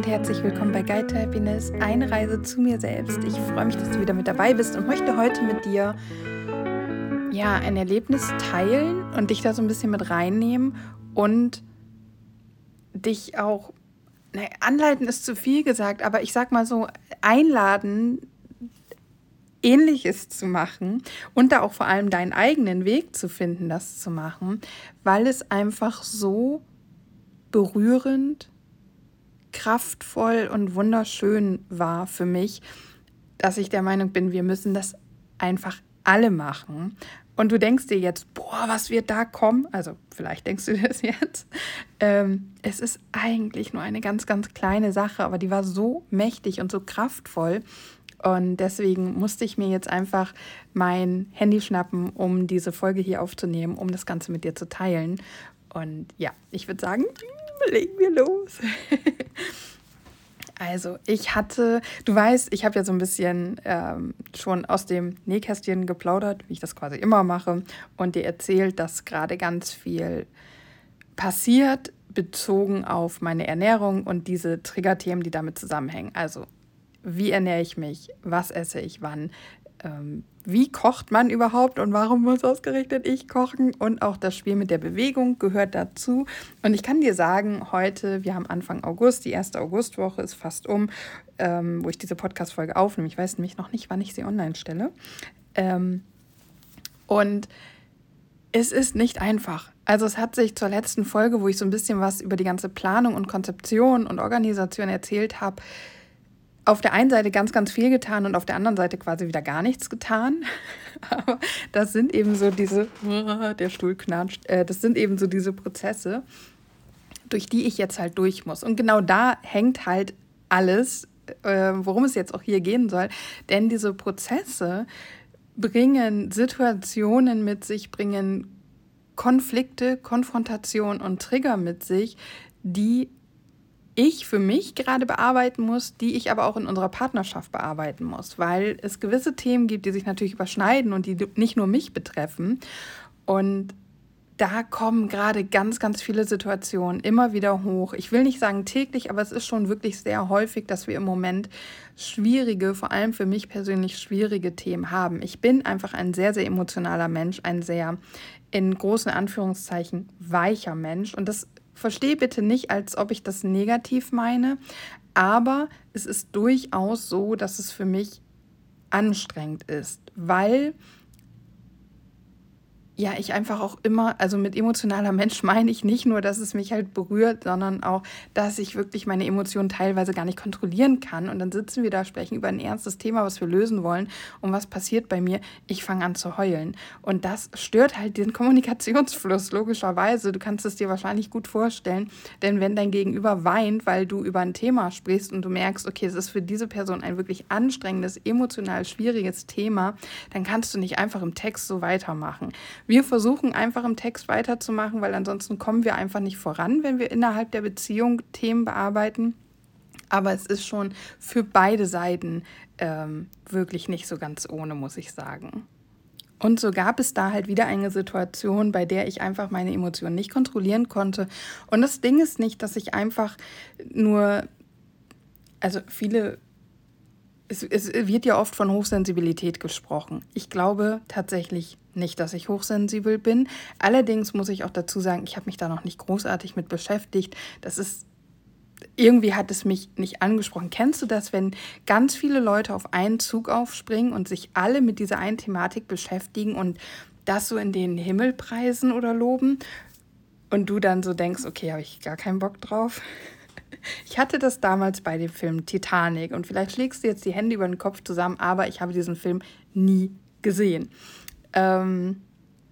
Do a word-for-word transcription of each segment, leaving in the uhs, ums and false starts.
herzlich willkommen bei Guide to Happiness, eine Reise zu mir selbst. Ich freue mich, dass du wieder mit dabei bist und möchte heute mit dir ja, ein Erlebnis teilen und dich da so ein bisschen mit reinnehmen und dich auch, naja, anleiten ist zu viel gesagt, aber ich sag mal so, einladen, Ähnliches zu machen und da auch vor allem deinen eigenen Weg zu finden, das zu machen, weil es einfach so berührend, kraftvoll und wunderschön war für mich, dass ich der Meinung bin, wir müssen das einfach alle machen. Und du denkst dir jetzt, boah, was wird da kommen? Also vielleicht denkst du dir das jetzt. Ähm, es ist eigentlich nur eine ganz, ganz kleine Sache, aber die war so mächtig und so kraftvoll. Und deswegen musste ich mir jetzt einfach mein Handy schnappen, um diese Folge hier aufzunehmen, um das Ganze mit dir zu teilen. Und ja, ich würde sagen, legen wir los. Also ich hatte, du weißt, ich habe ja so ein bisschen ähm, schon aus dem Nähkästchen geplaudert, wie ich das quasi immer mache, und dir erzählt, dass gerade ganz viel passiert, bezogen auf meine Ernährung und diese Triggerthemen, die damit zusammenhängen. Also wie ernähre ich mich, was esse ich wann, ähm, wie kocht man überhaupt und warum muss ausgerechnet ich kochen, und auch das Spiel mit der Bewegung gehört dazu. Und ich kann dir sagen, heute, wir haben Anfang August, die erste Augustwoche ist fast um, ähm, wo ich diese Podcast-Folge aufnehme. Ich weiß nämlich noch nicht, wann ich sie online stelle. Ähm, und es ist nicht einfach. Also es hat sich zur letzten Folge, wo ich so ein bisschen was über die ganze Planung und Konzeption und Organisation erzählt habe, auf der einen Seite ganz, ganz viel getan und auf der anderen Seite quasi wieder gar nichts getan. Aber das sind eben so diese, der Stuhl knatscht, äh, das sind eben so diese Prozesse, durch die ich jetzt halt durch muss. Und genau da hängt halt alles, äh, worum es jetzt auch hier gehen soll. Denn diese Prozesse bringen Situationen mit sich, bringen Konflikte, Konfrontation und Trigger mit sich, die ich für mich gerade bearbeiten muss, die ich aber auch in unserer Partnerschaft bearbeiten muss, weil es gewisse Themen gibt, die sich natürlich überschneiden und die nicht nur mich betreffen. Und da kommen gerade ganz, ganz viele Situationen immer wieder hoch. Ich will nicht sagen täglich, aber es ist schon wirklich sehr häufig, dass wir im Moment schwierige, vor allem für mich persönlich schwierige Themen haben. Ich bin einfach ein sehr, sehr emotionaler Mensch, ein sehr, in großen Anführungszeichen, weicher Mensch. Und das verstehe bitte nicht, als ob ich das negativ meine, aber es ist durchaus so, dass es für mich anstrengend ist, weil ja, ich einfach auch immer, also mit emotionaler Mensch meine ich nicht nur, dass es mich halt berührt, sondern auch, dass ich wirklich meine Emotionen teilweise gar nicht kontrollieren kann. Und dann sitzen wir da, sprechen über ein ernstes Thema, was wir lösen wollen. Und was passiert bei mir? Ich fange an zu heulen. Und das stört halt den Kommunikationsfluss, logischerweise. Du kannst es dir wahrscheinlich gut vorstellen. Denn wenn dein Gegenüber weint, weil du über ein Thema sprichst und du merkst, okay, es ist für diese Person ein wirklich anstrengendes, emotional schwieriges Thema, dann kannst du nicht einfach im Text so weitermachen. Wir versuchen einfach im Text weiterzumachen, weil ansonsten kommen wir einfach nicht voran, wenn wir innerhalb der Beziehung Themen bearbeiten. Aber es ist schon für beide Seiten ähm, wirklich nicht so ganz ohne, muss ich sagen. Und so gab es da halt wieder eine Situation, bei der ich einfach meine Emotionen nicht kontrollieren konnte. Und das Ding ist nicht, dass ich einfach nur, also viele Es, es wird ja oft von Hochsensibilität gesprochen. Ich glaube tatsächlich nicht, dass ich hochsensibel bin. Allerdings muss ich auch dazu sagen, ich habe mich da noch nicht großartig mit beschäftigt. Das ist, irgendwie hat es mich nicht angesprochen. Kennst du das, wenn ganz viele Leute auf einen Zug aufspringen und sich alle mit dieser einen Thematik beschäftigen und das so in den Himmel preisen oder loben und du dann so denkst, okay, habe ich gar keinen Bock drauf? Ich hatte das damals bei dem Film Titanic und vielleicht schlägst du jetzt die Hände über den Kopf zusammen, aber ich habe diesen Film nie gesehen. Ähm,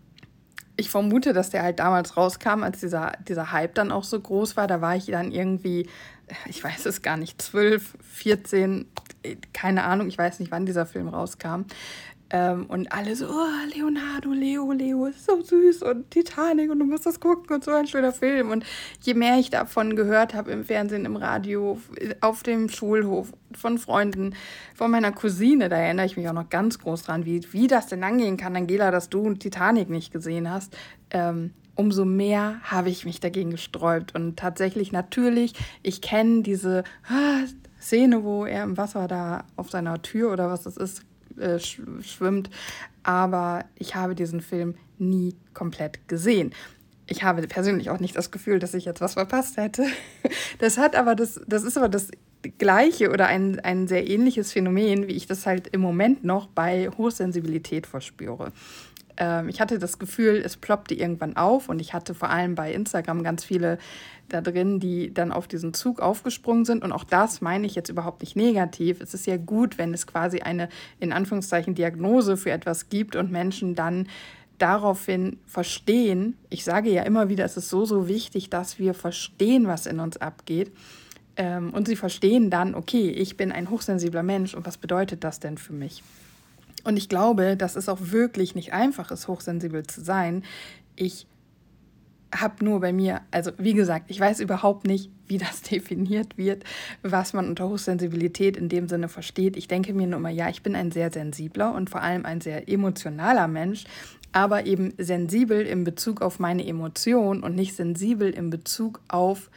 ich vermute, dass der halt damals rauskam, als dieser, dieser Hype dann auch so groß war. Da war ich dann irgendwie, ich weiß es gar nicht, zwölf, vierzehn, keine Ahnung, ich weiß nicht, wann dieser Film rauskam. Ähm, und alle so, oh, Leonardo, Leo, Leo, ist so süß und Titanic und du musst das gucken und so ein schöner Film. Und je mehr ich davon gehört habe im Fernsehen, im Radio, auf dem Schulhof, von Freunden, von meiner Cousine, da erinnere ich mich auch noch ganz groß dran, wie, wie das denn angehen kann, Angela, dass du Titanic nicht gesehen hast, ähm, umso mehr habe ich mich dagegen gesträubt. Und tatsächlich, natürlich, ich kenne diese ah, Szene, wo er im Wasser da auf seiner Tür oder was das ist, äh, sch- schwimmt. Aber ich habe diesen Film nie komplett gesehen. Ich habe persönlich auch nicht das Gefühl, dass ich jetzt was verpasst hätte. Das hat aber das, das ist aber das gleiche oder ein, ein sehr ähnliches Phänomen, wie ich das halt im Moment noch bei Hochsensibilität verspüre. Ähm, ich hatte das Gefühl, es ploppte irgendwann auf und ich hatte vor allem bei Instagram ganz viele da drin, die dann auf diesen Zug aufgesprungen sind. Und auch das meine ich jetzt überhaupt nicht negativ. Es ist ja gut, wenn es quasi eine, in Anführungszeichen, Diagnose für etwas gibt und Menschen dann daraufhin verstehen. Ich sage ja immer wieder, es ist so, so wichtig, dass wir verstehen, was in uns abgeht. Ähm, und sie verstehen dann, okay, ich bin ein hochsensibler Mensch und was bedeutet das denn für mich? Und ich glaube, dass es auch wirklich nicht einfach ist, hochsensibel zu sein. Ich habe nur bei mir, also wie gesagt, ich weiß überhaupt nicht, wie das definiert wird, was man unter Hochsensibilität in dem Sinne versteht. Ich denke mir nur immer, ja, ich bin ein sehr sensibler und vor allem ein sehr emotionaler Mensch, aber eben sensibel in Bezug auf meine Emotionen und nicht sensibel in Bezug auf,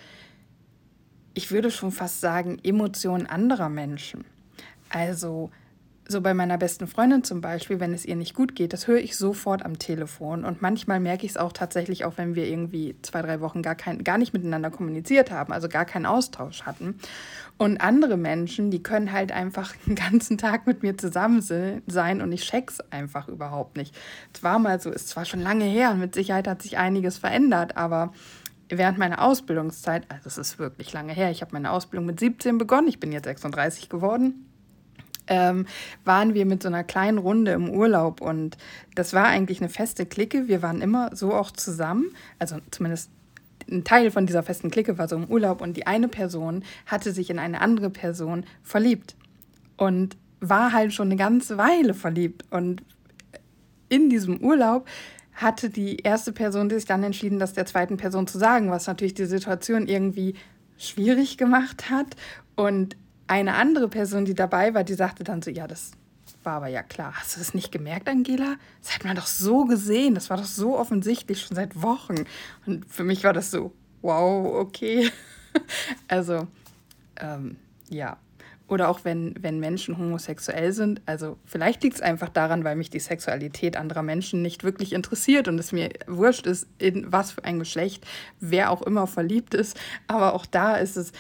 ich würde schon fast sagen, Emotionen anderer Menschen. Also so bei meiner besten Freundin zum Beispiel, wenn es ihr nicht gut geht, das höre ich sofort am Telefon. Und manchmal merke ich es auch tatsächlich, auch wenn wir irgendwie zwei, drei Wochen gar, kein, gar nicht miteinander kommuniziert haben, also gar keinen Austausch hatten. Und andere Menschen, die können halt einfach den ganzen Tag mit mir zusammen sein und ich check's einfach überhaupt nicht. Es war mal so, ist zwar schon lange her und mit Sicherheit hat sich einiges verändert, aber während meiner Ausbildungszeit, also es ist wirklich lange her, ich habe meine Ausbildung mit siebzehn begonnen, ich bin jetzt sechsunddreißig geworden, ähm, waren wir mit so einer kleinen Runde im Urlaub und das war eigentlich eine feste Clique. Wir waren immer so auch zusammen, also zumindest ein Teil von dieser festen Clique war so im Urlaub und die eine Person hatte sich in eine andere Person verliebt und war halt schon eine ganze Weile verliebt. Und in diesem Urlaub hatte die erste Person sich dann entschieden, das der zweiten Person zu sagen, was natürlich die Situation irgendwie schwierig gemacht hat. Und eine andere Person, die dabei war, die sagte dann so, ja, das war aber ja klar. Hast du das nicht gemerkt, Angela? Das hat man doch so gesehen. Das war doch so offensichtlich schon seit Wochen. Und für mich war das so, wow, okay. Also, ähm, ja. Oder auch wenn, wenn Menschen homosexuell sind. Also vielleicht liegt es einfach daran, weil mich die Sexualität anderer Menschen nicht wirklich interessiert und es mir wurscht ist, in was für ein Geschlecht, wer auch immer verliebt ist. Aber auch da ist es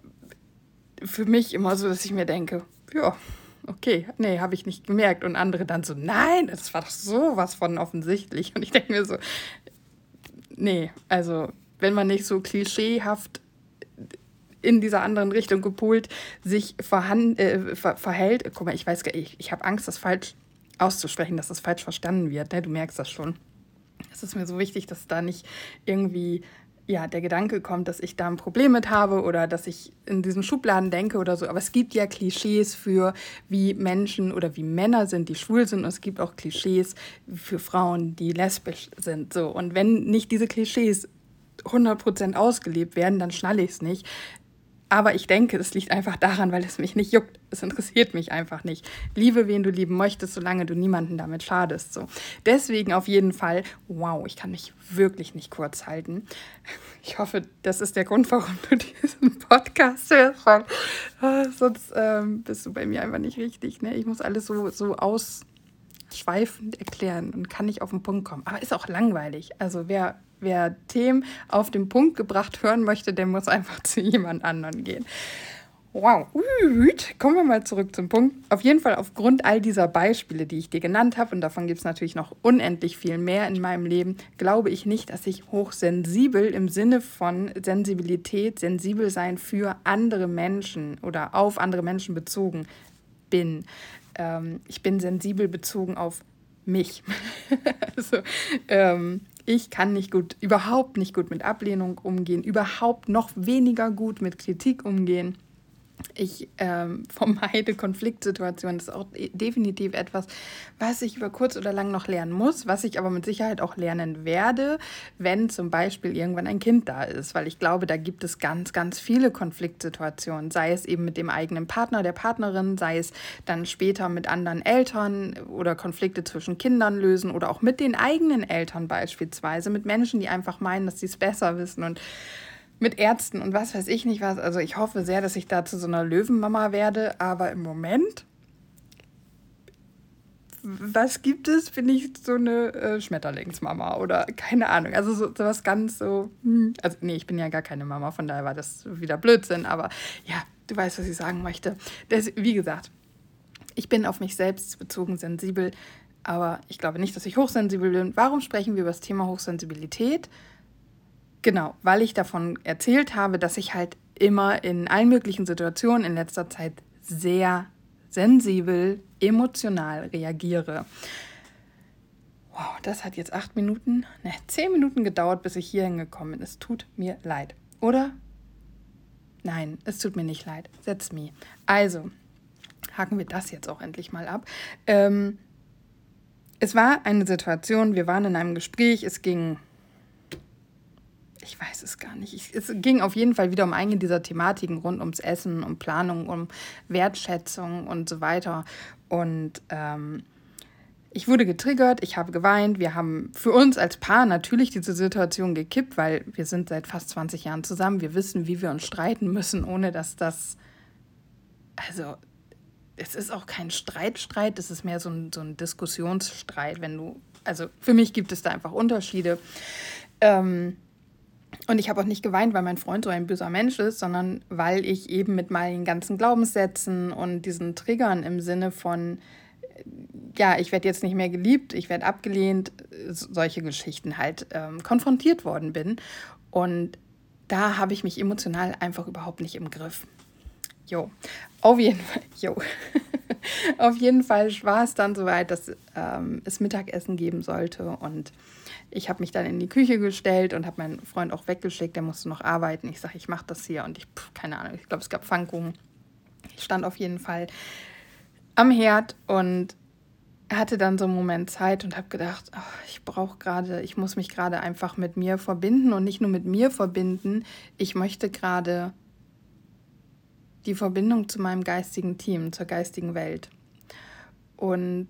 für mich immer so, dass ich mir denke, ja, okay, nee, habe ich nicht gemerkt. Und andere dann so, nein, das war doch sowas von offensichtlich. Und ich denke mir so, nee, also wenn man nicht so klischeehaft in dieser anderen Richtung gepolt sich verhand, äh, ver, verhält. Guck mal, ich weiß gar nicht, ich, ich habe Angst, das falsch auszusprechen, dass das falsch verstanden wird. Ne? Du merkst das schon. Es ist mir so wichtig, dass da nicht irgendwie ja, der Gedanke kommt, dass ich da ein Problem mit habe oder dass ich in diesen Schubladen denke oder so. Aber es gibt ja Klischees für, wie Menschen oder wie Männer sind, die schwul sind. Und es gibt auch Klischees für Frauen, die lesbisch sind. So. Und wenn nicht diese Klischees hundert Prozent ausgelebt werden, dann schnalle ich es nicht. Aber ich denke, es liegt einfach daran, weil es mich nicht juckt. Es interessiert mich einfach nicht. Liebe, wen du lieben möchtest, solange du niemanden damit schadest. So. Deswegen auf jeden Fall, wow, ich kann mich wirklich nicht kurz halten. Ich hoffe, das ist der Grund, warum du diesen Podcast hörst, weil äh, sonst ähm, bist du bei mir einfach nicht richtig. Ne? Ich muss alles so, so ausschweifend erklären und kann nicht auf den Punkt kommen. Aber ist auch langweilig. Also wer... Wer Themen auf den Punkt gebracht hören möchte, der muss einfach zu jemand anderen gehen. Wow, kommen wir mal zurück zum Punkt. Auf jeden Fall aufgrund all dieser Beispiele, die ich dir genannt habe, und davon gibt es natürlich noch unendlich viel mehr in meinem Leben, glaube ich nicht, dass ich hochsensibel im Sinne von Sensibilität, sensibel sein für andere Menschen oder auf andere Menschen bezogen bin. Ähm, ich bin sensibel bezogen auf mich. also, ähm, ich kann nicht gut, überhaupt nicht gut mit Ablehnung umgehen, überhaupt noch weniger gut mit Kritik umgehen. Ich ähm, vermeide Konfliktsituationen. Das ist auch de- definitiv etwas, was ich über kurz oder lang noch lernen muss, was ich aber mit Sicherheit auch lernen werde, wenn zum Beispiel irgendwann ein Kind da ist. Weil ich glaube, da gibt es ganz, ganz viele Konfliktsituationen. Sei es eben mit dem eigenen Partner, der Partnerin, sei es dann später mit anderen Eltern oder Konflikte zwischen Kindern lösen oder auch mit den eigenen Eltern beispielsweise, mit Menschen, die einfach meinen, dass sie es besser wissen und mit Ärzten und was weiß ich nicht was. Also ich hoffe sehr, dass ich da zu so einer Löwenmama werde. Aber im Moment, was gibt es? Bin ich so eine äh, Schmetterlingsmama oder keine Ahnung. Also so, so was ganz so, hm. Also nee, ich bin ja gar keine Mama, von daher war das wieder Blödsinn. Aber ja, du weißt, was ich sagen möchte. Das, wie gesagt, ich bin auf mich selbst bezogen sensibel, aber ich glaube nicht, dass ich hochsensibel bin. Warum sprechen wir über das Thema Hochsensibilität? Genau, weil ich davon erzählt habe, dass ich halt immer in allen möglichen Situationen in letzter Zeit sehr sensibel, emotional reagiere. Wow, das hat jetzt acht Minuten, ne, zehn Minuten gedauert, bis ich hier hingekommen bin. Es tut mir leid. Oder? Nein, es tut mir nicht leid. That's me. Also, haken wir das jetzt auch endlich mal ab. Ähm, es war eine Situation, wir waren in einem Gespräch, es ging... Ich weiß es gar nicht. Ich, es ging auf jeden Fall wieder um eine dieser Thematiken rund ums Essen, um Planung, um Wertschätzung und so weiter. Und ähm, ich wurde getriggert, ich habe geweint. Wir haben für uns als Paar natürlich diese Situation gekippt, weil wir sind seit fast zwanzig Jahren zusammen. Wir wissen, wie wir uns streiten müssen, ohne dass das... Also, es ist auch kein Streitstreit, es ist mehr so ein, so ein Diskussionsstreit, wenn du... Also, für mich gibt es da einfach Unterschiede. Ähm... Und ich habe auch nicht geweint, weil mein Freund so ein böser Mensch ist, sondern weil ich eben mit meinen ganzen Glaubenssätzen und diesen Triggern im Sinne von, ja, ich werde jetzt nicht mehr geliebt, ich werde abgelehnt, solche Geschichten halt ähm, konfrontiert worden bin. Und da habe ich mich emotional einfach überhaupt nicht im Griff. Jo, auf jeden Fall, jo. Auf jeden Fall war es dann soweit, dass ähm, es Mittagessen geben sollte und ich habe mich dann in die Küche gestellt und habe meinen Freund auch weggeschickt, der musste noch arbeiten. Ich sage, ich mache das hier und ich, pff, keine Ahnung, ich glaube, es gab Pfannkuchen. Ich stand auf jeden Fall am Herd und hatte dann so einen Moment Zeit und habe gedacht, oh, ich brauche gerade, ich muss mich gerade einfach mit mir verbinden und nicht nur mit mir verbinden, ich möchte gerade die Verbindung zu meinem geistigen Team, zur geistigen Welt. Und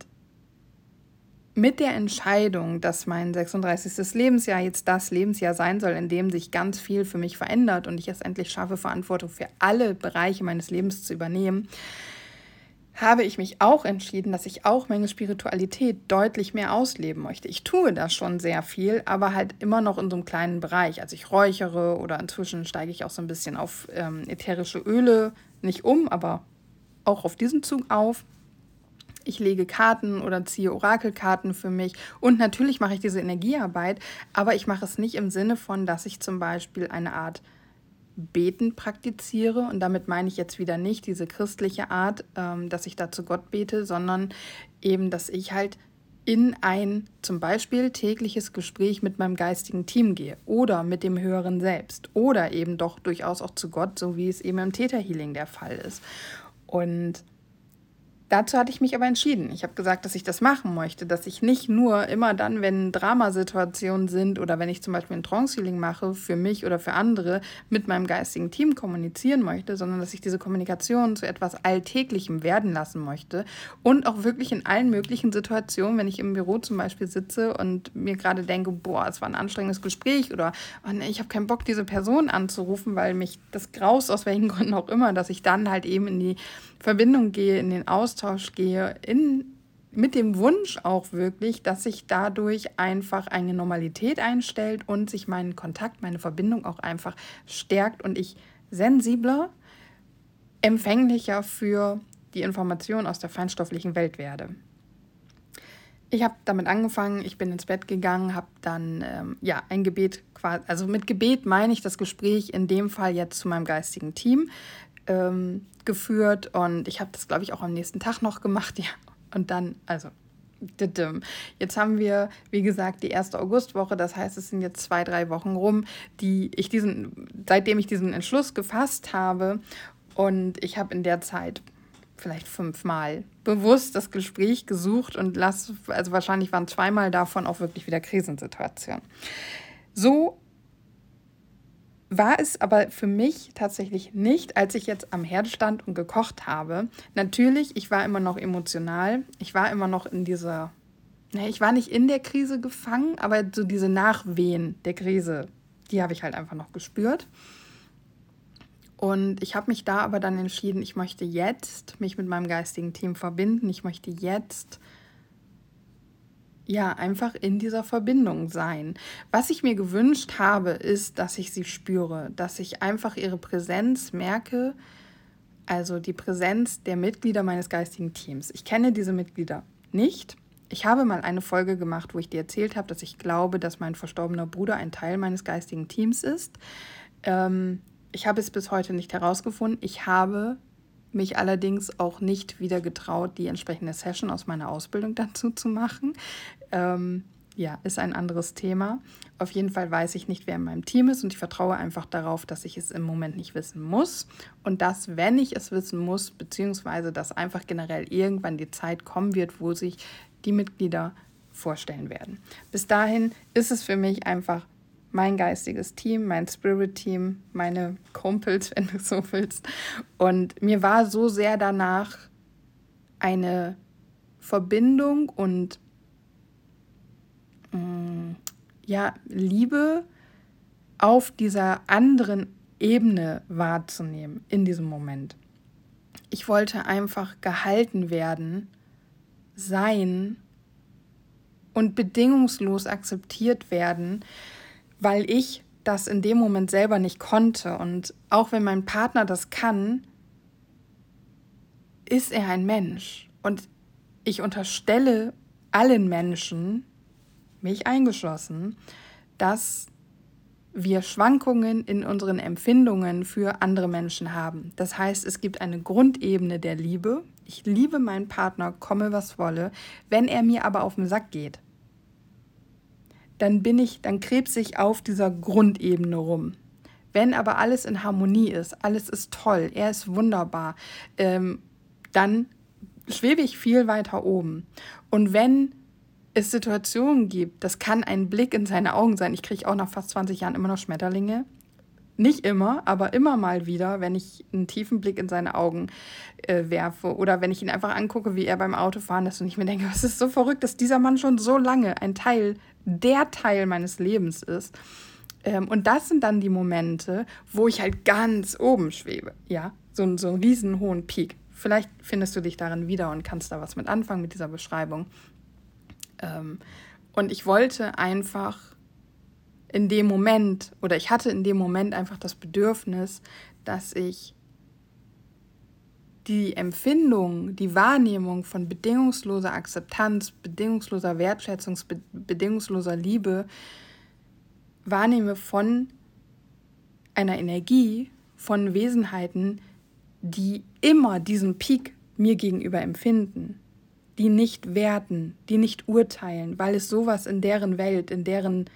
mit der Entscheidung, dass mein sechsunddreißigstes Lebensjahr jetzt das Lebensjahr sein soll, in dem sich ganz viel für mich verändert und ich es endlich schaffe, Verantwortung für alle Bereiche meines Lebens zu übernehmen, habe ich mich auch entschieden, dass ich auch meine Spiritualität deutlich mehr ausleben möchte. Ich tue das schon sehr viel, aber halt immer noch in so einem kleinen Bereich. Also ich räuchere oder inzwischen steige ich auch so ein bisschen auf ähm, ätherische Öle, nicht um, aber auch auf diesen Zug auf. Ich lege Karten oder ziehe Orakelkarten für mich und natürlich mache ich diese Energiearbeit, aber ich mache es nicht im Sinne von, dass ich zum Beispiel eine Art Beten praktiziere und damit meine ich jetzt wieder nicht diese christliche Art, ähm, dass ich da zu Gott bete, sondern eben, dass ich halt in ein zum Beispiel tägliches Gespräch mit meinem geistigen Team gehe oder mit dem höheren Selbst oder eben doch durchaus auch zu Gott, so wie es eben im Theta Healing der Fall ist. Und dazu hatte ich mich aber entschieden. Ich habe gesagt, dass ich das machen möchte, dass ich nicht nur immer dann, wenn Dramasituationen sind oder wenn ich zum Beispiel ein Trance-Healing mache, für mich oder für andere, mit meinem geistigen Team kommunizieren möchte, sondern dass ich diese Kommunikation zu etwas Alltäglichem werden lassen möchte und auch wirklich in allen möglichen Situationen, wenn ich im Büro zum Beispiel sitze und mir gerade denke, boah, es war ein anstrengendes Gespräch oder oh nee, ich habe keinen Bock, diese Person anzurufen, weil mich das graust, aus welchen Gründen auch immer, dass ich dann halt eben in die Verbindung gehe, in den Austausch gehe, in, mit dem Wunsch auch wirklich, dass sich dadurch einfach eine Normalität einstellt und sich mein Kontakt, meine Verbindung auch einfach stärkt und ich sensibler, empfänglicher für die Informationen aus der feinstofflichen Welt werde. Ich habe damit angefangen, ich bin ins Bett gegangen, habe dann ähm, ja ein Gebet, quasi, also mit Gebet meine ich das Gespräch in dem Fall jetzt zu meinem geistigen Team ähm, geführt und ich habe das, glaube ich, auch am nächsten Tag noch gemacht, ja. Und dann, also, jetzt haben wir, wie gesagt, die erste Augustwoche, das heißt, es sind jetzt zwei, drei Wochen rum, die ich diesen, seitdem ich diesen Entschluss gefasst habe Und ich habe in der Zeit vielleicht fünfmal bewusst das Gespräch gesucht und lass, also wahrscheinlich waren zweimal davon auch wirklich wieder Krisensituationen. So war es aber für mich tatsächlich nicht, als ich jetzt am Herd stand und gekocht habe. Natürlich, ich war immer noch emotional. Ich war immer noch in dieser, ne, ich war nicht in der Krise gefangen, aber so diese Nachwehen der Krise, die habe ich halt einfach noch gespürt. Und ich habe mich da aber dann entschieden, ich möchte jetzt mich mit meinem geistigen Team verbinden. Ich möchte jetzt ja einfach in dieser Verbindung sein. Was ich mir gewünscht habe, ist, dass ich sie spüre, dass ich einfach ihre Präsenz merke, also die Präsenz der Mitglieder meines geistigen Teams. Ich kenne diese Mitglieder nicht. Ich habe mal eine Folge gemacht, wo ich dir erzählt habe, dass ich glaube, dass mein verstorbener Bruder ein Teil meines geistigen Teams ist. Ähm, ich habe es bis heute nicht herausgefunden. Ich habe mich allerdings auch nicht wieder getraut, die entsprechende Session aus meiner Ausbildung dazu zu machen. Ähm, ja, ist ein anderes Thema. Auf jeden Fall weiß ich nicht, wer in meinem Team ist und ich vertraue einfach darauf, dass ich es im Moment nicht wissen muss und dass, wenn ich es wissen muss, beziehungsweise dass einfach generell irgendwann die Zeit kommen wird, wo sich die Mitglieder vorstellen werden. Bis dahin ist es für mich einfach mein geistiges Team, mein Spirit-Team, meine Kumpels, wenn du so willst. Und mir war so sehr danach, eine Verbindung und mh, ja, Liebe auf dieser anderen Ebene wahrzunehmen in diesem Moment. Ich wollte einfach gehalten werden, sein und bedingungslos akzeptiert werden, weil ich das in dem Moment selber nicht konnte. Und auch wenn mein Partner das kann, ist er ein Mensch. Und ich unterstelle allen Menschen, mich eingeschlossen, dass wir Schwankungen in unseren Empfindungen für andere Menschen haben. Das heißt, es gibt eine Grundebene der Liebe. Ich liebe meinen Partner, komme was wolle. Wenn er mir aber auf den Sack geht, dann bin ich, dann krebse ich auf dieser Grundebene rum. Wenn aber alles in Harmonie ist, alles ist toll, er ist wunderbar, ähm, dann schwebe ich viel weiter oben. Und wenn es Situationen gibt, das kann ein Blick in seine Augen sein. Ich kriege auch nach fast zwanzig Jahren immer noch Schmetterlinge. Nicht immer, aber immer mal wieder, wenn ich einen tiefen Blick in seine Augen äh, werfe oder wenn ich ihn einfach angucke, wie er beim Autofahren ist und ich mir denke, es ist so verrückt, dass dieser Mann schon so lange ein Teil, der Teil meines Lebens ist. Ähm, und das sind dann die Momente, wo ich halt ganz oben schwebe, ja, so, so einen riesen hohen Peak. Vielleicht findest du dich darin wieder und kannst da was mit anfangen mit dieser Beschreibung. Ähm, und ich wollte einfach in dem Moment, oder ich hatte in dem Moment einfach das Bedürfnis, dass ich die Empfindung, die Wahrnehmung von bedingungsloser Akzeptanz, bedingungsloser Wertschätzung, be- bedingungsloser Liebe wahrnehme von einer Energie, von Wesenheiten, die immer diesen Peak mir gegenüber empfinden, die nicht werten, die nicht urteilen, weil es sowas in deren Welt, in deren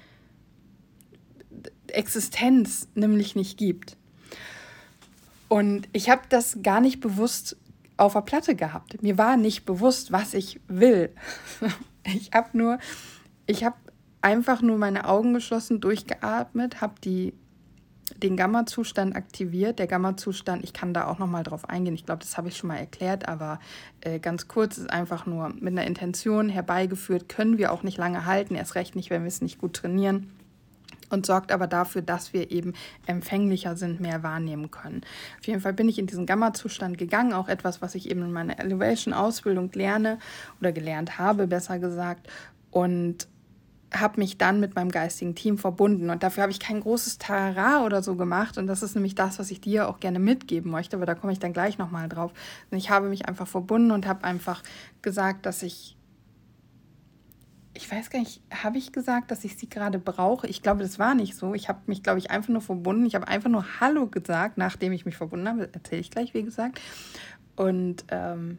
Existenz nämlich nicht gibt. Und ich habe das gar nicht bewusst auf der Platte gehabt. Mir war nicht bewusst, was ich will. Ich habe nur, ich habe einfach nur meine Augen geschlossen, durchgeatmet, habe die den Gamma-Zustand aktiviert. Der Gamma-Zustand, ich kann da auch nochmal drauf eingehen, ich glaube, das habe ich schon mal erklärt, aber äh, ganz kurz, ist einfach nur mit einer Intention herbeigeführt, können wir auch nicht lange halten, erst recht nicht, wenn wir es nicht gut trainieren. Und sorgt aber dafür, dass wir eben empfänglicher sind, mehr wahrnehmen können. Auf jeden Fall bin ich in diesen Gamma-Zustand gegangen, auch etwas, was ich eben in meiner Elevation-Ausbildung lerne oder gelernt habe, besser gesagt, und habe mich dann mit meinem geistigen Team verbunden. Und dafür habe ich kein großes Tarara oder so gemacht. Und das ist nämlich das, was ich dir auch gerne mitgeben möchte, aber da komme ich dann gleich nochmal drauf. Und ich habe mich einfach verbunden und habe einfach gesagt, dass ich Ich weiß gar nicht, habe ich gesagt, dass ich sie gerade brauche? Ich glaube, das war nicht so. Ich habe mich, glaube ich, einfach nur verbunden. Ich habe einfach nur Hallo gesagt, nachdem ich mich verbunden habe. Erzähle ich gleich, wie gesagt. Und ähm,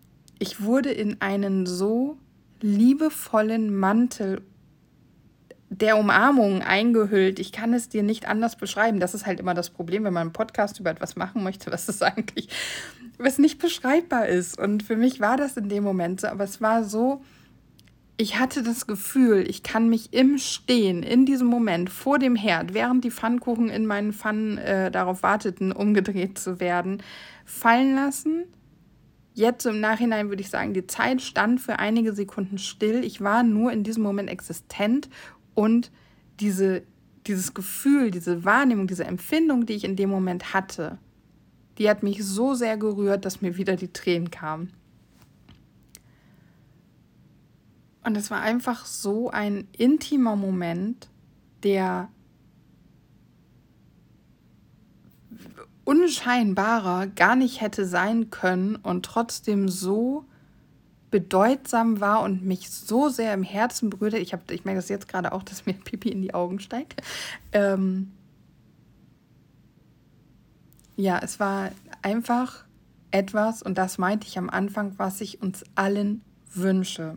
ich wurde in einen so liebevollen Mantel der Umarmung eingehüllt. Ich kann es dir nicht anders beschreiben. Das ist halt immer das Problem, wenn man einen Podcast über etwas machen möchte, was es eigentlich, was nicht beschreibbar ist. Und für mich war das in dem Moment so, aber es war so, ich hatte das Gefühl, ich kann mich im Stehen, in diesem Moment, vor dem Herd, während die Pfannkuchen in meinen Pfannen äh, darauf warteten, umgedreht zu werden, fallen lassen. Jetzt im Nachhinein würde ich sagen, die Zeit stand für einige Sekunden still. Ich war nur in diesem Moment existent und diese, dieses Gefühl, diese Wahrnehmung, diese Empfindung, die ich in dem Moment hatte, die hat mich so sehr gerührt, dass mir wieder die Tränen kamen. Und es war einfach so ein intimer Moment, der unscheinbarer gar nicht hätte sein können und trotzdem so bedeutsam war und mich so sehr im Herzen berührte. Ich, hab, ich merke das jetzt gerade auch, dass mir Pipi in die Augen steigt. Ähm ja, es war einfach etwas, und das meinte ich am Anfang, was ich uns allen wünsche.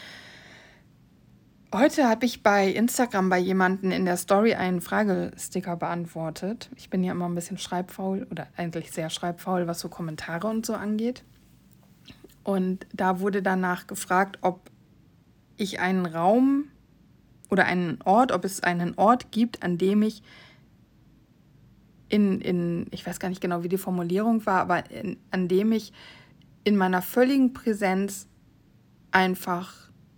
Heute habe ich bei Instagram bei jemandem in der Story einen Fragesticker beantwortet. Ich bin ja immer ein bisschen schreibfaul oder eigentlich sehr schreibfaul, was so Kommentare und so angeht. Und da wurde danach gefragt, ob ich einen Raum oder einen Ort, ob es einen Ort gibt, an dem ich in, in ich weiß gar nicht genau, wie die Formulierung war, aber in, an dem ich in meiner völligen Präsenz einfach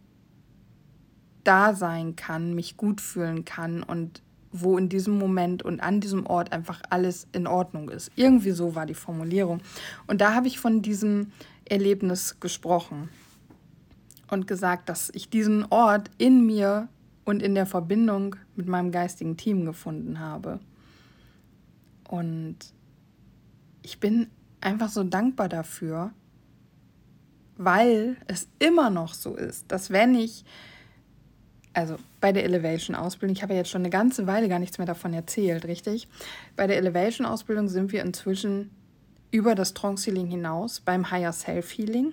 da sein kann, mich gut fühlen kann und wo in diesem Moment und an diesem Ort einfach alles in Ordnung ist. Irgendwie so war die Formulierung. Und da habe ich von diesem Erlebnis gesprochen und gesagt, dass ich diesen Ort in mir und in der Verbindung mit meinem geistigen Team gefunden habe. Und ich bin einfach so dankbar dafür, weil es immer noch so ist, dass wenn ich Also bei der Elevation-Ausbildung, ich habe ja jetzt schon eine ganze Weile gar nichts mehr davon erzählt, richtig? Bei der Elevation-Ausbildung sind wir inzwischen über das Trance Healing hinaus beim Higher Self Healing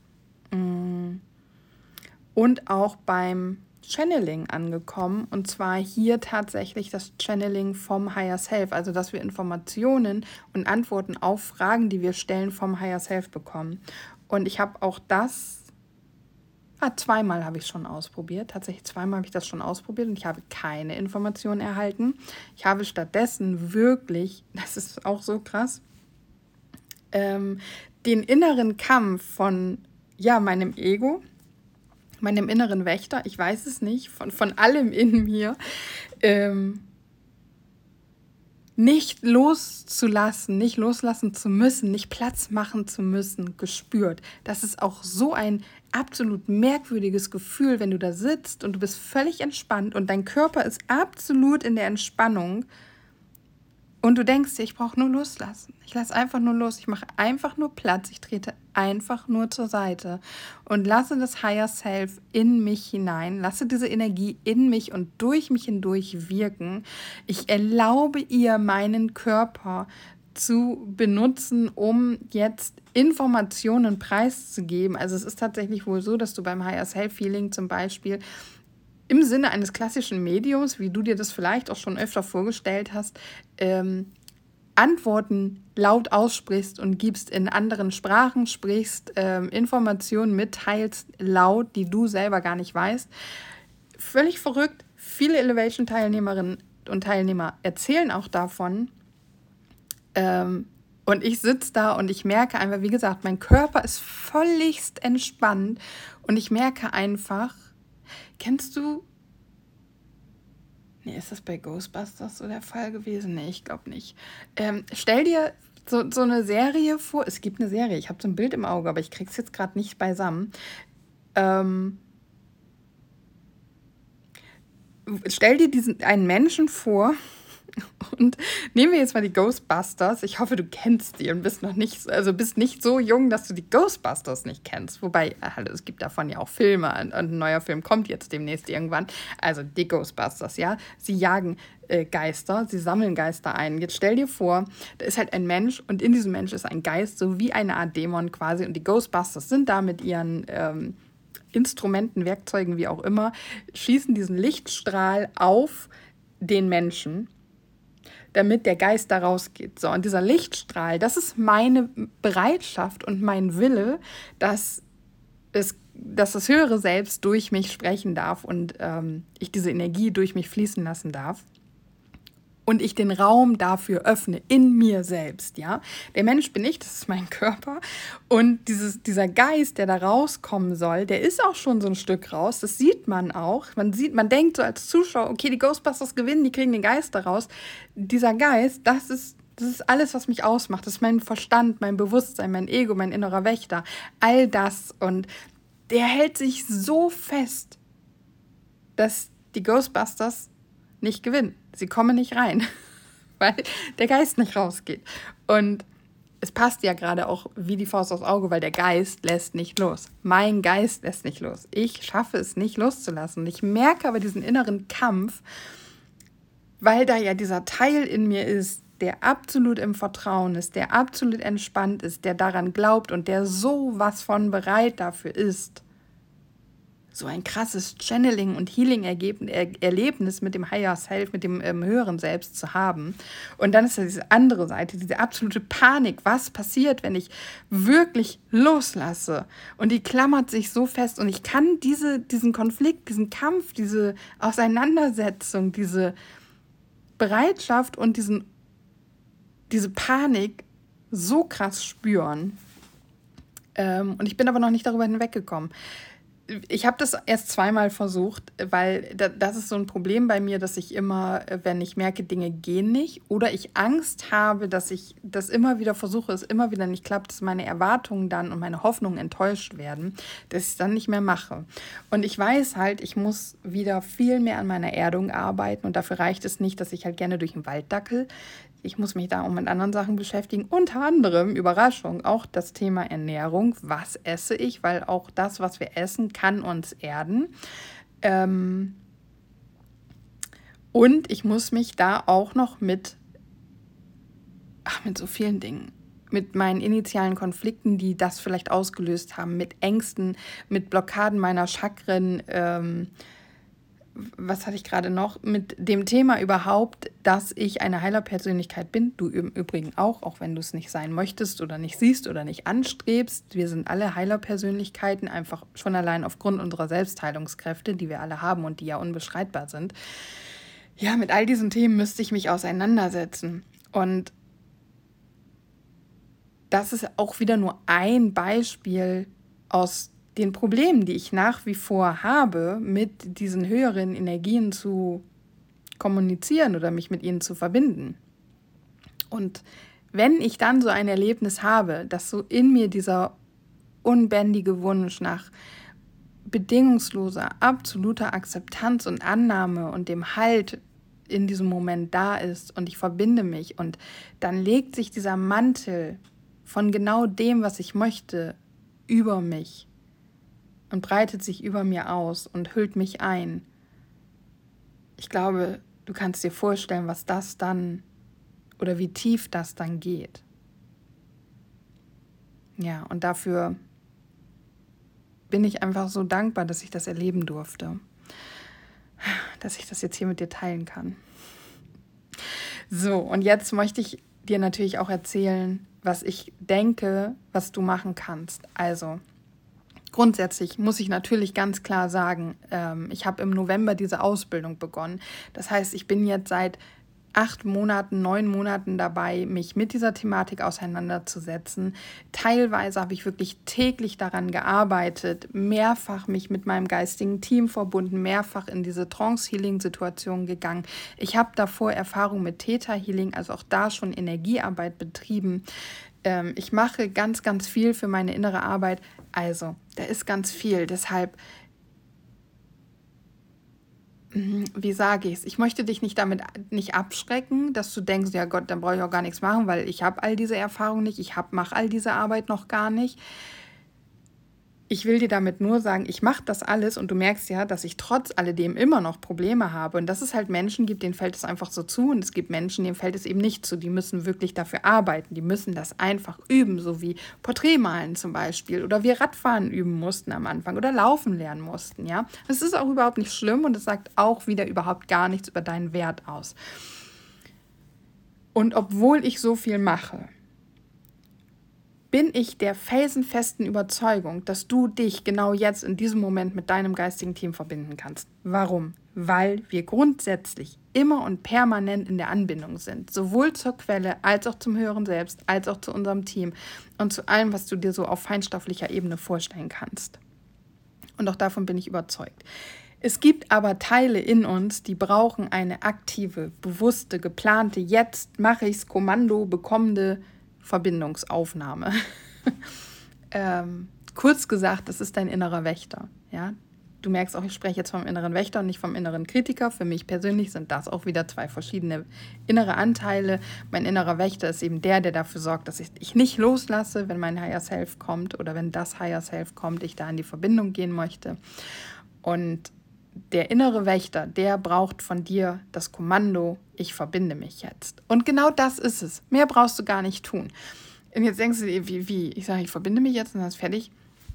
und auch beim Channeling angekommen. Und zwar hier tatsächlich das Channeling vom Higher Self, also dass wir Informationen und Antworten auf Fragen, die wir stellen, vom Higher Self bekommen. Und ich habe auch das Ah, zweimal habe ich es schon ausprobiert. Tatsächlich zweimal habe ich das schon ausprobiert und ich habe keine Informationen erhalten. Ich habe stattdessen wirklich, das ist auch so krass, ähm, den inneren Kampf von ja, meinem Ego, meinem inneren Wächter, ich weiß es nicht, von, von allem in mir, ähm, nicht loszulassen, nicht loslassen zu müssen, nicht Platz machen zu müssen, gespürt. Das ist auch so ein absolut merkwürdiges Gefühl, wenn du da sitzt und du bist völlig entspannt und dein Körper ist absolut in der Entspannung und du denkst dir, ich brauche nur loslassen. Ich lasse einfach nur los, ich mache einfach nur Platz, ich trete einfach nur zur Seite und lasse das Higher Self in mich hinein, lasse diese Energie in mich und durch mich hindurch wirken. Ich erlaube ihr, meinen Körper zu benutzen, um jetzt Informationen preiszugeben. Also es ist tatsächlich wohl so, dass du beim Higher Self Healing zum Beispiel im Sinne eines klassischen Mediums, wie du dir das vielleicht auch schon öfter vorgestellt hast, ähm, Antworten laut aussprichst und gibst in anderen Sprachen, sprichst, ähm, Informationen mitteilst laut, die du selber gar nicht weißt. Völlig verrückt. Viele Elevation-Teilnehmerinnen und Teilnehmer erzählen auch davon. Ähm, und ich sitze da und ich merke einfach, wie gesagt, mein Körper ist völligst entspannt und ich merke einfach, kennst du, nee, ist das bei Ghostbusters so der Fall gewesen? Nee, ich glaube nicht. Ähm, stell dir so, so eine Serie vor, es gibt eine Serie, ich habe so ein Bild im Auge, aber ich krieg's jetzt gerade nicht beisammen. Ähm, stell dir diesen einen Menschen vor, und nehmen wir jetzt mal die Ghostbusters. Ich hoffe, du kennst die und bist noch nicht, also bist nicht so jung, dass du die Ghostbusters nicht kennst. Wobei, also es gibt davon ja auch Filme und ein neuer Film kommt jetzt demnächst irgendwann. Also die Ghostbusters, ja. Sie jagen äh, Geister, sie sammeln Geister ein. Jetzt stell dir vor, da ist halt ein Mensch und in diesem Mensch ist ein Geist, so wie eine Art Dämon quasi. Und die Ghostbusters sind da mit ihren ähm, Instrumenten, Werkzeugen, wie auch immer, schießen diesen Lichtstrahl auf den Menschen, damit der Geist da rausgeht. So, und dieser Lichtstrahl, das ist meine Bereitschaft und mein Wille, dass es, dass das höhere Selbst durch mich sprechen darf und ähm, ich diese Energie durch mich fließen lassen darf. Und ich den Raum dafür öffne, in mir selbst, ja. Der Mensch bin ich, das ist mein Körper. Und dieses, dieser Geist, der da rauskommen soll, der ist auch schon so ein Stück raus. Das sieht man auch. Man sieht, man denkt so als Zuschauer, okay, die Ghostbusters gewinnen, die kriegen den Geist da raus. Dieser Geist, das ist, das ist alles, was mich ausmacht. Das ist mein Verstand, mein Bewusstsein, mein Ego, mein innerer Wächter. All das. Und der hält sich so fest, dass die Ghostbusters nicht gewinnen. Sie kommen nicht rein, weil der Geist nicht rausgeht. Und es passt ja gerade auch wie die Faust aufs Auge, weil der Geist lässt nicht los. Mein Geist lässt nicht los. Ich schaffe es nicht loszulassen. Ich merke aber diesen inneren Kampf, weil da ja dieser Teil in mir ist, der absolut im Vertrauen ist, der absolut entspannt ist, der daran glaubt und der so was von bereit dafür ist, so ein krasses Channeling- und Healing-Erlebnis mit dem Higher Self, mit dem ähm, höheren Selbst zu haben. Und dann ist da diese andere Seite, diese absolute Panik. Was passiert, wenn ich wirklich loslasse? Und die klammert sich so fest. Und ich kann diese, diesen Konflikt, diesen Kampf, diese Auseinandersetzung, diese Bereitschaft und diesen, diese Panik so krass spüren. Ähm, und ich bin aber noch nicht darüber hinweggekommen. Ich habe das erst zweimal versucht, weil das ist so ein Problem bei mir, dass ich immer, wenn ich merke, Dinge gehen nicht oder ich Angst habe, dass ich das immer wieder versuche, es immer wieder nicht klappt, dass meine Erwartungen dann und meine Hoffnungen enttäuscht werden, dass ich es dann nicht mehr mache. Und ich weiß halt, ich muss wieder viel mehr an meiner Erdung arbeiten und dafür reicht es nicht, dass ich halt gerne durch den Wald dackel. Ich muss mich da auch mit anderen Sachen beschäftigen, unter anderem, Überraschung, auch das Thema Ernährung. Was esse ich? Weil auch das, was wir essen, kann uns erden. Ähm und ich muss mich da auch noch mit, ach, mit so vielen Dingen, mit meinen initialen Konflikten, die das vielleicht ausgelöst haben, mit Ängsten, mit Blockaden meiner Chakren, ähm, was hatte ich gerade noch, mit dem Thema überhaupt, dass ich eine Heilerpersönlichkeit bin, du im Übrigen auch, auch wenn du es nicht sein möchtest oder nicht siehst oder nicht anstrebst. Wir sind alle Heilerpersönlichkeiten, einfach schon allein aufgrund unserer Selbstheilungskräfte, die wir alle haben und die ja unbeschreibbar sind. Ja, mit all diesen Themen müsste ich mich auseinandersetzen. Und das ist auch wieder nur ein Beispiel aus den Problemen, die ich nach wie vor habe, mit diesen höheren Energien zu kommunizieren oder mich mit ihnen zu verbinden. Und wenn ich dann so ein Erlebnis habe, dass so in mir dieser unbändige Wunsch nach bedingungsloser, absoluter Akzeptanz und Annahme und dem Halt in diesem Moment da ist und ich verbinde mich und dann legt sich dieser Mantel von genau dem, was ich möchte, über mich und breitet sich über mir aus und hüllt mich ein. Ich glaube, du kannst dir vorstellen, was das dann oder wie tief das dann geht. Ja, und dafür bin ich einfach so dankbar, dass ich das erleben durfte, dass ich das jetzt hier mit dir teilen kann. So, und jetzt möchte ich dir natürlich auch erzählen, was ich denke, was du machen kannst. Also, grundsätzlich muss ich natürlich ganz klar sagen, ähm, ich habe im November diese Ausbildung begonnen. Das heißt, ich bin jetzt seit acht Monaten, neun Monaten dabei, mich mit dieser Thematik auseinanderzusetzen. Teilweise habe ich wirklich täglich daran gearbeitet, mehrfach mich mit meinem geistigen Team verbunden, mehrfach in diese Trance-Healing-Situation gegangen. Ich habe davor Erfahrung mit Theta-Healing, also auch da schon Energiearbeit betrieben. Ähm, ich mache ganz, ganz viel für meine innere Arbeit. Also, da ist ganz viel. Deshalb, wie sage ich es? Ich möchte dich nicht damit nicht abschrecken, dass du denkst, ja Gott, dann brauche ich auch gar nichts machen, weil ich habe all diese Erfahrungen nicht, ich mache all diese Arbeit noch gar nicht. Ich will dir damit nur sagen, ich mache das alles und du merkst ja, dass ich trotz alledem immer noch Probleme habe und dass es halt Menschen gibt, denen fällt es einfach so zu und es gibt Menschen, denen fällt es eben nicht zu. Die müssen wirklich dafür arbeiten, die müssen das einfach üben, so wie Porträtmalen zum Beispiel oder wir Radfahren üben mussten am Anfang oder Laufen lernen mussten, ja. Das ist auch überhaupt nicht schlimm und es sagt auch wieder überhaupt gar nichts über deinen Wert aus. Und obwohl ich so viel mache, bin ich der felsenfesten Überzeugung, dass du dich genau jetzt in diesem Moment mit deinem geistigen Team verbinden kannst. Warum? Weil wir grundsätzlich immer und permanent in der Anbindung sind. Sowohl zur Quelle, als auch zum höheren Selbst, als auch zu unserem Team und zu allem, was du dir so auf feinstofflicher Ebene vorstellen kannst. Und auch davon bin ich überzeugt. Es gibt aber Teile in uns, die brauchen eine aktive, bewusste, geplante, jetzt mache ich's, Kommando bekommende Verbindungsaufnahme. ähm, kurz gesagt, das ist dein innerer Wächter. Ja? Du merkst auch, ich spreche jetzt vom inneren Wächter und nicht vom inneren Kritiker. Für mich persönlich sind das auch wieder zwei verschiedene innere Anteile. Mein innerer Wächter ist eben der, der dafür sorgt, dass ich, ich nicht loslasse, wenn mein Higher Self kommt oder wenn das Higher Self kommt, ich da in die Verbindung gehen möchte. Und der innere Wächter, der braucht von dir das Kommando, ich verbinde mich jetzt. Und genau das ist es. Mehr brauchst du gar nicht tun. Und jetzt denkst du dir, wie, wie? Ich sage, ich verbinde mich jetzt und dann ist fertig.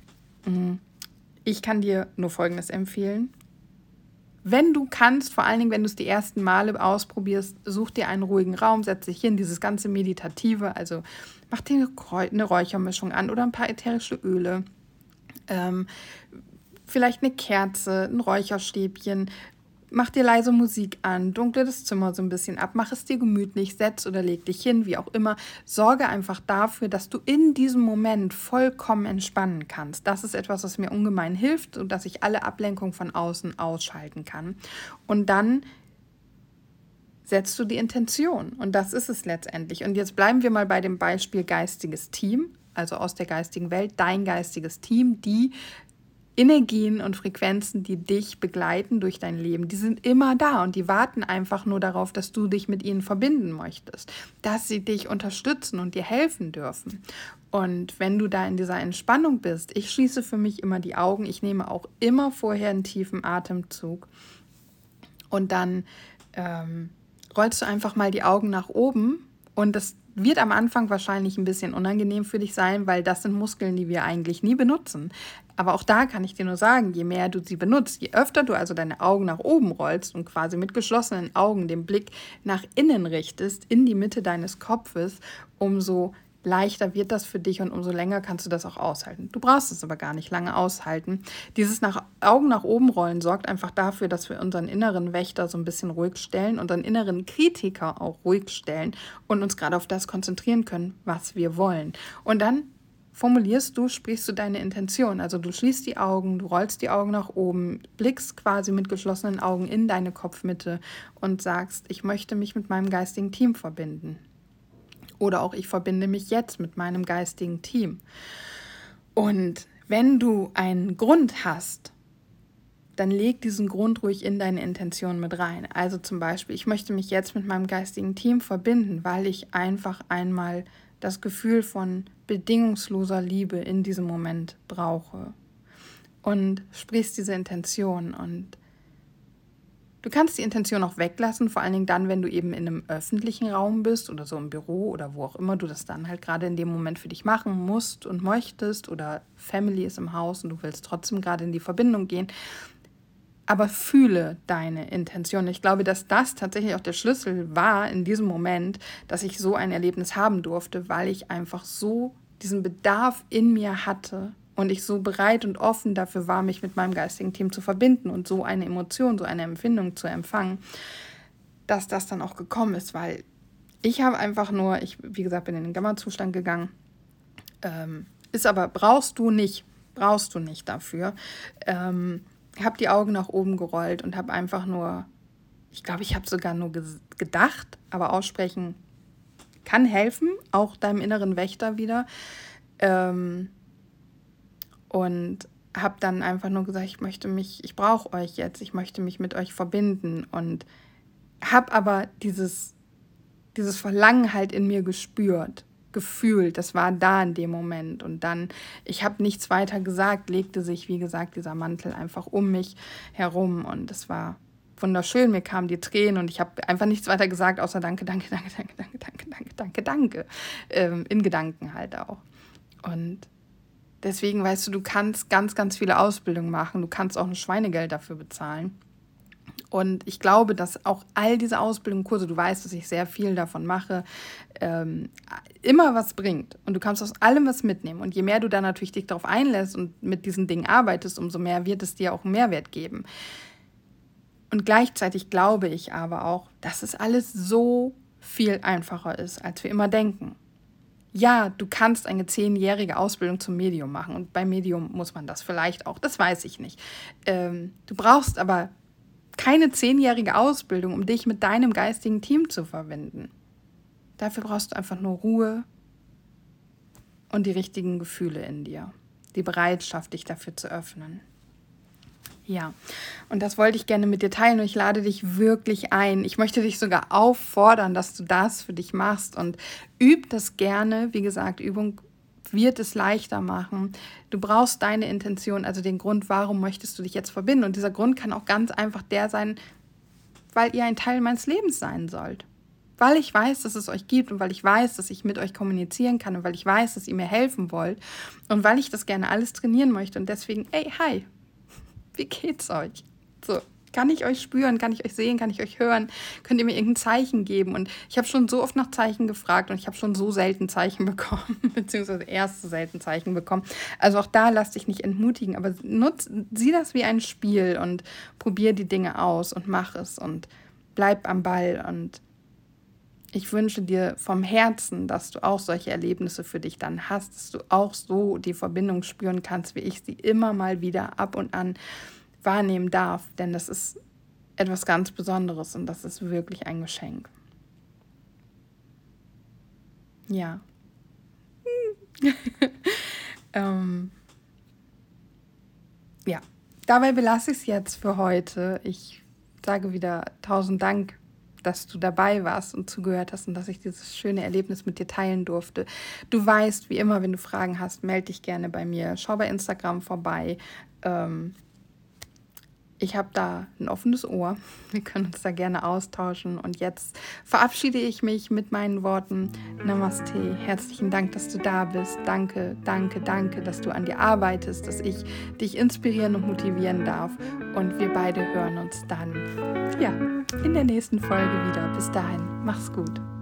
Ich kann dir nur Folgendes empfehlen. Wenn du kannst, vor allen Dingen, wenn du es die ersten Male ausprobierst, such dir einen ruhigen Raum, setz dich hin, dieses ganze Meditative, also mach dir eine Räuchermischung an oder ein paar ätherische Öle. Ähm, Vielleicht eine Kerze, ein Räucherstäbchen, mach dir leise Musik an, dunkle das Zimmer so ein bisschen ab, mach es dir gemütlich, setz oder leg dich hin, wie auch immer. Sorge einfach dafür, dass du in diesem Moment vollkommen entspannen kannst. Das ist etwas, was mir ungemein hilft und dass ich alle Ablenkung von außen ausschalten kann. Und dann setzt du die Intention und das ist es letztendlich. Und jetzt bleiben wir mal bei dem Beispiel geistiges Team, also aus der geistigen Welt, dein geistiges Team, die Energien und Frequenzen, die dich begleiten durch dein Leben, die sind immer da und die warten einfach nur darauf, dass du dich mit ihnen verbinden möchtest, dass sie dich unterstützen und dir helfen dürfen. Und wenn du da in dieser Entspannung bist, ich schließe für mich immer die Augen, ich nehme auch immer vorher einen tiefen Atemzug und dann ähm, rollst du einfach mal die Augen nach oben und das wird am Anfang wahrscheinlich ein bisschen unangenehm für dich sein, weil das sind Muskeln, die wir eigentlich nie benutzen. Aber auch da kann ich dir nur sagen, je mehr du sie benutzt, je öfter du also deine Augen nach oben rollst und quasi mit geschlossenen Augen den Blick nach innen richtest, in die Mitte deines Kopfes, umso leichter wird das für dich und umso länger kannst du das auch aushalten. Du brauchst es aber gar nicht lange aushalten. Dieses nach Augen nach oben rollen sorgt einfach dafür, dass wir unseren inneren Wächter so ein bisschen ruhig stellen, unseren inneren Kritiker auch ruhig stellen und uns gerade auf das konzentrieren können, was wir wollen. Und dann formulierst du, sprichst du deine Intention. Also du schließt die Augen, du rollst die Augen nach oben, blickst quasi mit geschlossenen Augen in deine Kopfmitte und sagst, ich möchte mich mit meinem geistigen Team verbinden. Oder auch ich verbinde mich jetzt mit meinem geistigen Team. Und wenn du einen Grund hast, dann leg diesen Grund ruhig in deine Intention mit rein. Also zum Beispiel, ich möchte mich jetzt mit meinem geistigen Team verbinden, weil ich einfach einmal das Gefühl von bedingungsloser Liebe in diesem Moment brauche. Und sprichst diese Intention und du kannst die Intention auch weglassen, vor allen Dingen dann, wenn du eben in einem öffentlichen Raum bist oder so im Büro oder wo auch immer du das dann halt gerade in dem Moment für dich machen musst und möchtest oder Family ist im Haus und du willst trotzdem gerade in die Verbindung gehen. Aber fühle deine Intention. Ich glaube, dass das tatsächlich auch der Schlüssel war in diesem Moment, dass ich so ein Erlebnis haben durfte, weil ich einfach so diesen Bedarf in mir hatte und ich so bereit und offen dafür war, mich mit meinem geistigen Team zu verbinden und so eine Emotion, so eine Empfindung zu empfangen, dass das dann auch gekommen ist, weil ich habe einfach nur, ich, wie gesagt, bin in den Gamma-Zustand gegangen, ähm, ist aber, brauchst du nicht, brauchst du nicht dafür, ähm, habe die Augen nach oben gerollt und habe einfach nur, ich glaube, ich habe sogar nur ges- gedacht, aber aussprechen kann helfen, auch deinem inneren Wächter wieder, ähm, und habe dann einfach nur gesagt, ich möchte mich, ich brauche euch jetzt, ich möchte mich mit euch verbinden und habe aber dieses, dieses Verlangen halt in mir gespürt gefühlt, das war da in dem Moment. Und dann, ich habe nichts weiter gesagt, legte sich, wie gesagt, dieser Mantel einfach um mich herum und es war wunderschön, mir kamen die Tränen und ich habe einfach nichts weiter gesagt, außer danke, danke, danke, danke, danke, danke, danke, danke, danke, ähm, in Gedanken halt auch. Und deswegen, weißt du, du kannst ganz, ganz viele Ausbildungen machen, du kannst auch ein Schweinegeld dafür bezahlen. Und ich glaube, dass auch all diese Ausbildungskurse, du weißt, dass ich sehr viel davon mache, ähm, immer was bringt. Und du kannst aus allem was mitnehmen. Und je mehr du da natürlich dich darauf einlässt und mit diesen Dingen arbeitest, umso mehr wird es dir auch einen Mehrwert geben. Und gleichzeitig glaube ich aber auch, dass es alles so viel einfacher ist, als wir immer denken. Ja, du kannst eine zehnjährige Ausbildung zum Medium machen. Und bei Medium muss man das vielleicht auch, das weiß ich nicht. Ähm, du brauchst aber keine zehnjährige Ausbildung, um dich mit deinem geistigen Team zu verbinden. Dafür brauchst du einfach nur Ruhe und die richtigen Gefühle in dir. Die Bereitschaft, dich dafür zu öffnen. Ja, und das wollte ich gerne mit dir teilen und ich lade dich wirklich ein. Ich möchte dich sogar auffordern, dass du das für dich machst und üb das gerne. Wie gesagt, Übung wird es leichter machen. Du brauchst deine Intention, also den Grund, warum möchtest du dich jetzt verbinden. Und dieser Grund kann auch ganz einfach der sein, weil ihr ein Teil meines Lebens sein sollt. Weil ich weiß, dass es euch gibt und weil ich weiß, dass ich mit euch kommunizieren kann und weil ich weiß, dass ihr mir helfen wollt und weil ich das gerne alles trainieren möchte. Und deswegen, ey, hi, wie geht's euch? So, kann ich euch spüren, kann ich euch sehen, kann ich euch hören? Könnt ihr mir irgendein Zeichen geben? Und ich habe schon so oft nach Zeichen gefragt und ich habe schon so selten Zeichen bekommen, beziehungsweise erste selten Zeichen bekommen. Also auch da lass dich nicht entmutigen, aber nutz, sieh das wie ein Spiel und probier die Dinge aus und mach es und bleib am Ball. Und ich wünsche dir vom Herzen, dass du auch solche Erlebnisse für dich dann hast, dass du auch so die Verbindung spüren kannst, wie ich sie immer mal wieder ab und an wahrnehmen darf, denn das ist etwas ganz Besonderes und das ist wirklich ein Geschenk. Ja. ähm, ja, dabei belasse ich es jetzt für heute. Ich sage wieder tausend Dank, dass du dabei warst und zugehört hast und dass ich dieses schöne Erlebnis mit dir teilen durfte. Du weißt, wie immer, wenn du Fragen hast, melde dich gerne bei mir. Schau bei Instagram vorbei. Ähm, ich habe da ein offenes Ohr. Wir können uns da gerne austauschen. Und jetzt verabschiede ich mich mit meinen Worten. Namaste. Herzlichen Dank, dass du da bist. Danke, danke, danke, dass du an dir arbeitest, dass ich dich inspirieren und motivieren darf. Und wir beide hören uns dann, ja, in der nächsten Folge wieder. Bis dahin, mach's gut.